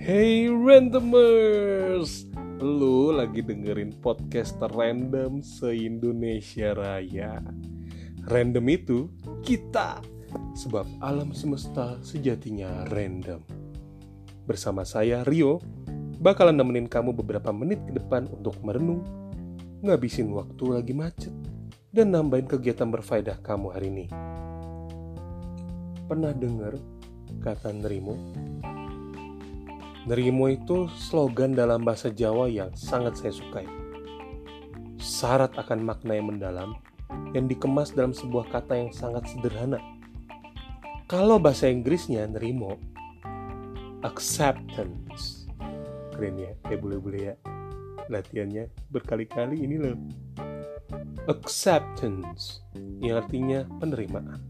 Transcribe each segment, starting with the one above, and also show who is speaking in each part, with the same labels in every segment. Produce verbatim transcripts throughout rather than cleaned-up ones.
Speaker 1: Hey randomers, lu lagi dengerin podcast random se-Indonesia Raya. Random itu kita, sebab alam semesta sejatinya random. Bersama saya Rio, bakalan nemenin kamu beberapa menit ke depan untuk merenung, ngabisin waktu lagi macet, dan nambahin kegiatan berfaedah kamu hari ini. Pernah denger kata nerimo? Nerimo itu slogan dalam bahasa Jawa yang sangat saya sukai. Syarat akan makna yang mendalam yang dikemas dalam sebuah kata yang sangat sederhana. Kalau bahasa Inggrisnya nerimo, acceptance. Keren ya, kayak bule-bule ya. Latihannya berkali-kali ini loh. Acceptance, yang artinya penerimaan.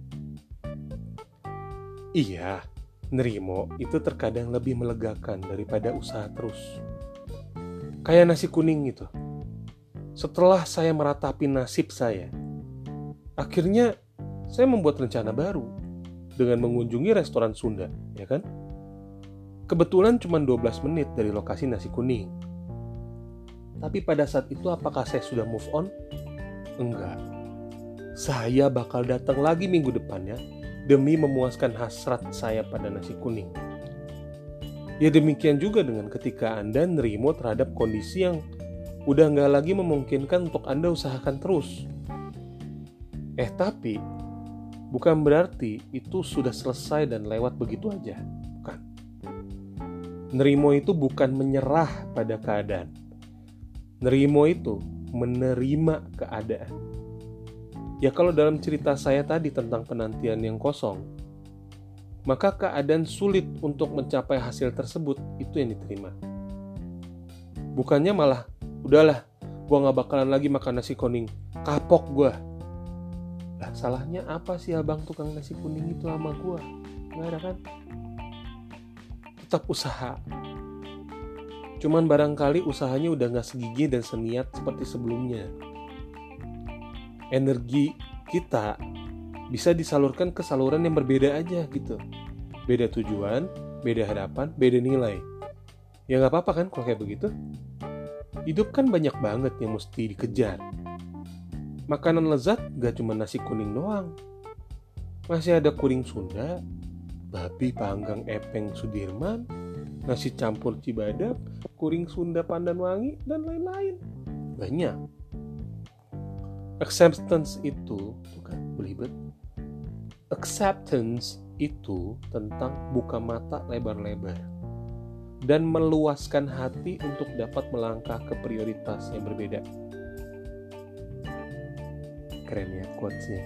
Speaker 1: Iya, nerimo itu terkadang lebih melegakan daripada usaha terus. Kayak nasi kuning gitu. Setelah saya meratapi nasib saya, akhirnya saya membuat rencana baru dengan mengunjungi restoran Sunda, ya kan? Kebetulan cuma dua belas menit dari lokasi nasi kuning. Tapi pada saat itu apakah saya sudah move on? Enggak. Saya bakal datang lagi minggu depannya demi memuaskan hasrat saya pada nasi kuning. Ya demikian juga dengan ketika Anda nerimo terhadap kondisi yang udah gak lagi memungkinkan untuk Anda usahakan terus. Eh tapi, bukan berarti itu sudah selesai dan lewat begitu aja. Bukan. Nerimo itu bukan menyerah pada keadaan. Nerimo itu menerima keadaan. Ya kalau dalam cerita saya tadi tentang penantian yang kosong, maka keadaan sulit untuk mencapai hasil tersebut, itu yang diterima. Bukannya malah, udahlah, gua gak bakalan lagi makan nasi kuning, kapok gua. Lah salahnya apa sih abang tukang nasi kuning itu sama gua? Gak ada kan? Tetap usaha. Cuman barangkali usahanya udah gak segigih dan seniat seperti sebelumnya. Energi kita bisa disalurkan ke saluran yang berbeda aja gitu. Beda tujuan, beda harapan, beda nilai. Ya gak apa-apa kan kalau kayak begitu. Hidup kan banyak banget yang mesti dikejar. Makanan lezat gak cuma nasi kuning doang. Masih ada kuring Sunda, babi panggang epeng Sudirman, nasi campur Cibadak, kuring Sunda Pandanwangi, dan lain-lain. Banyak. Acceptance itu, tuh kan, belibet. Acceptance itu tentang buka mata lebar-lebar dan meluaskan hati untuk dapat melangkah ke prioritas yang berbeda. Keren ya quotes-nya.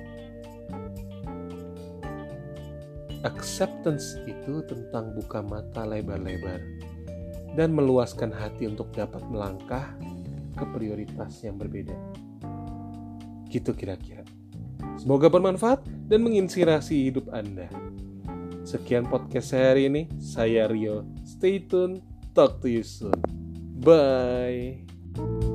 Speaker 1: Acceptance itu tentang buka mata lebar-lebar dan meluaskan hati untuk dapat melangkah ke prioritas yang berbeda. Gitu kira-kira. Semoga bermanfaat dan menginspirasi hidup Anda. Sekian podcast saya hari ini. Saya Rio. Stay tuned. Talk to you soon. Bye.